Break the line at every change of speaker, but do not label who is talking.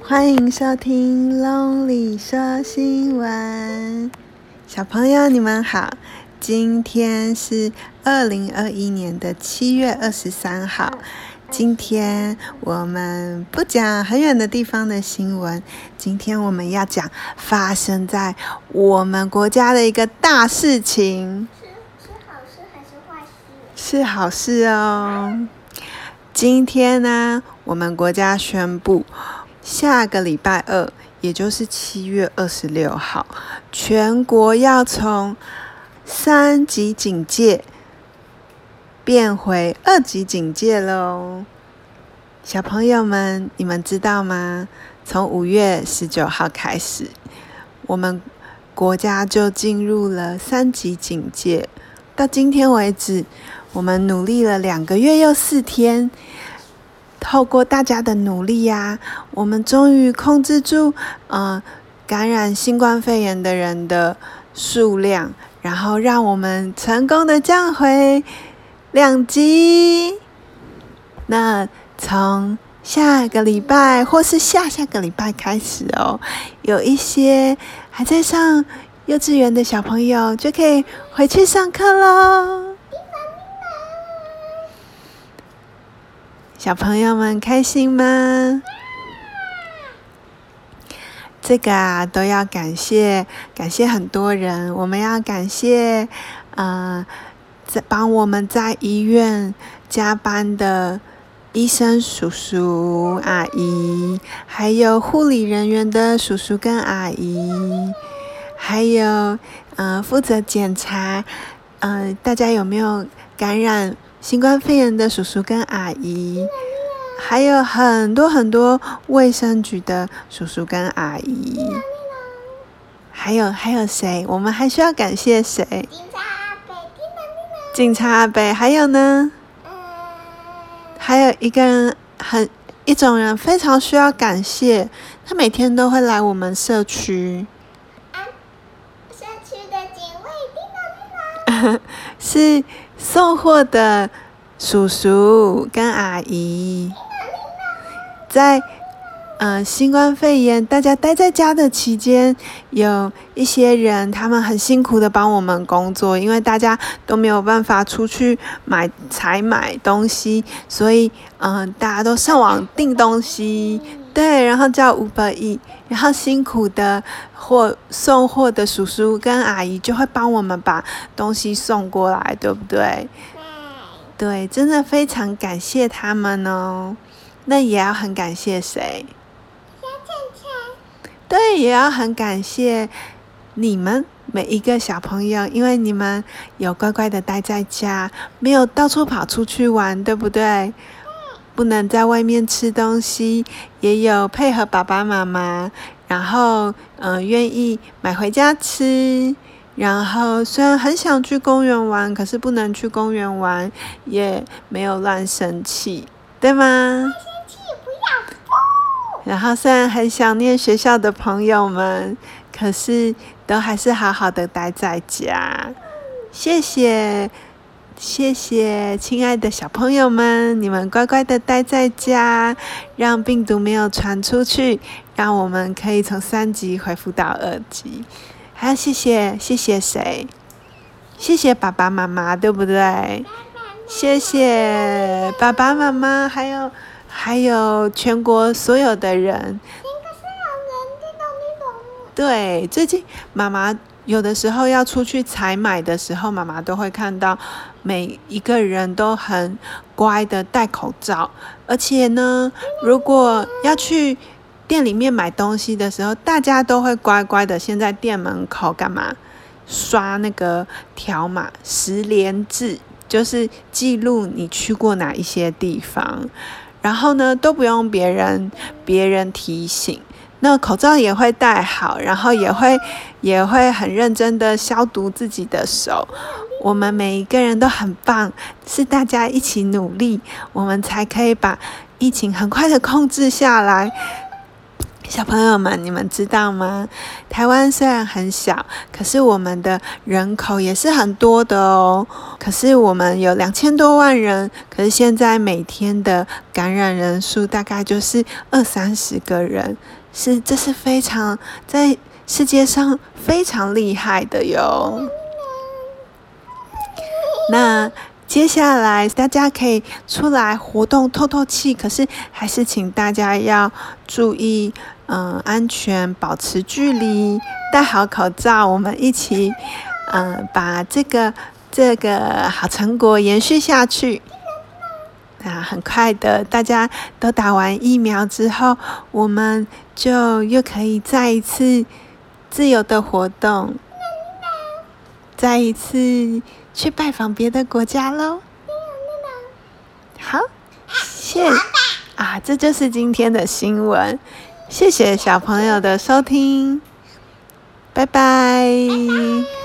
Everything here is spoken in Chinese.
欢迎收听 Lonely 说新闻。小朋友你们好，今天是2021年的7月23号。今天我们不讲很远的地方的新闻，今天我们要讲发生在我们国家的一个大事情。
是好事还是坏事？
是好事哦。今天呢，我们国家宣布下个礼拜二，也就是7月26号，全国要从3级警戒变回2级警戒咯。小朋友们，你们知道吗？从5月19号开始，我们国家就进入了3级警戒。到今天为止，我们努力了2个月又4天，透过大家的努力啊，我们终于控制住感染新冠肺炎的人的数量，然后让我们成功的降回2级。那从下个礼拜或是下下个礼拜开始哦，有一些还在上幼稚园的小朋友就可以回去上课咯。小朋友们开心吗？这个都要感谢很多人。我们要感谢帮我们在医院加班的医生叔叔阿姨，还有护理人员的叔叔跟阿姨，还有负责检查大家有没有感染新冠肺炎的叔叔跟阿姨，还有很多卫生局的叔叔跟阿姨，还有谁？我们还需要感谢谁？警察阿伯，还有呢？还有一种人非常需要感谢，他每天都会来我们社区。
社区的警卫，
是送货的叔叔跟阿姨。在新冠肺炎大家待在家的期间，有一些人他们很辛苦的帮我们工作，因为大家都没有办法出去采买东西，所以大家都上网订东西，对，然后叫 Uber Eats， 然后辛苦的送货的叔叔跟阿姨就会帮我们把东西送过来，对不对？对，真的非常感谢他们哦。那也要很感谢谁？对，也要很感谢你们每一个小朋友，因为你们有乖乖的待在家，没有到处跑出去玩，对不对？不能在外面吃东西，也有配合爸爸妈妈，然后愿意买回家吃，然后虽然很想去公园玩，可是不能去公园玩，也没有乱生气，对吗？然后虽然很想念学校的朋友们，可是都还是好好的待在家。谢谢亲爱的小朋友们，你们乖乖的待在家，让病毒没有传出去，让我们可以从3级恢复到2级。还要谢谢谁？谢谢爸爸妈妈，对不对？谢谢爸爸妈妈，还有全国所有的人。对，最近妈妈有的时候要出去采买的时候，妈妈都会看到每一个人都很乖的戴口罩，而且呢，如果要去店里面买东西的时候，大家都会乖乖的先在店门口干嘛？刷那个条码10连制，就是记录你去过哪一些地方。然后呢，都不用别人提醒，那口罩也会戴好，然后也会很认真的消毒自己的手。我们每一个人都很棒，是大家一起努力，我们才可以把疫情很快的控制下来。 小朋友们，你们知道吗？台湾虽然很小，可是我们的人口也是很多的哦。可是我们有2000多万人，可是现在每天的感染人数大概就是20-30个人，这是非常在世界上非常厉害的哟。那接下来大家可以出来活动透透气，可是还是请大家要注意安全，保持距离，戴好口罩，我们一起把这个好成果延续下去。那很快的，大家都打完疫苗之后，我们就又可以再一次自由的活动，再一次去拜访别的国家咯。好，这就是今天的新闻。谢谢小朋友的收听，拜拜。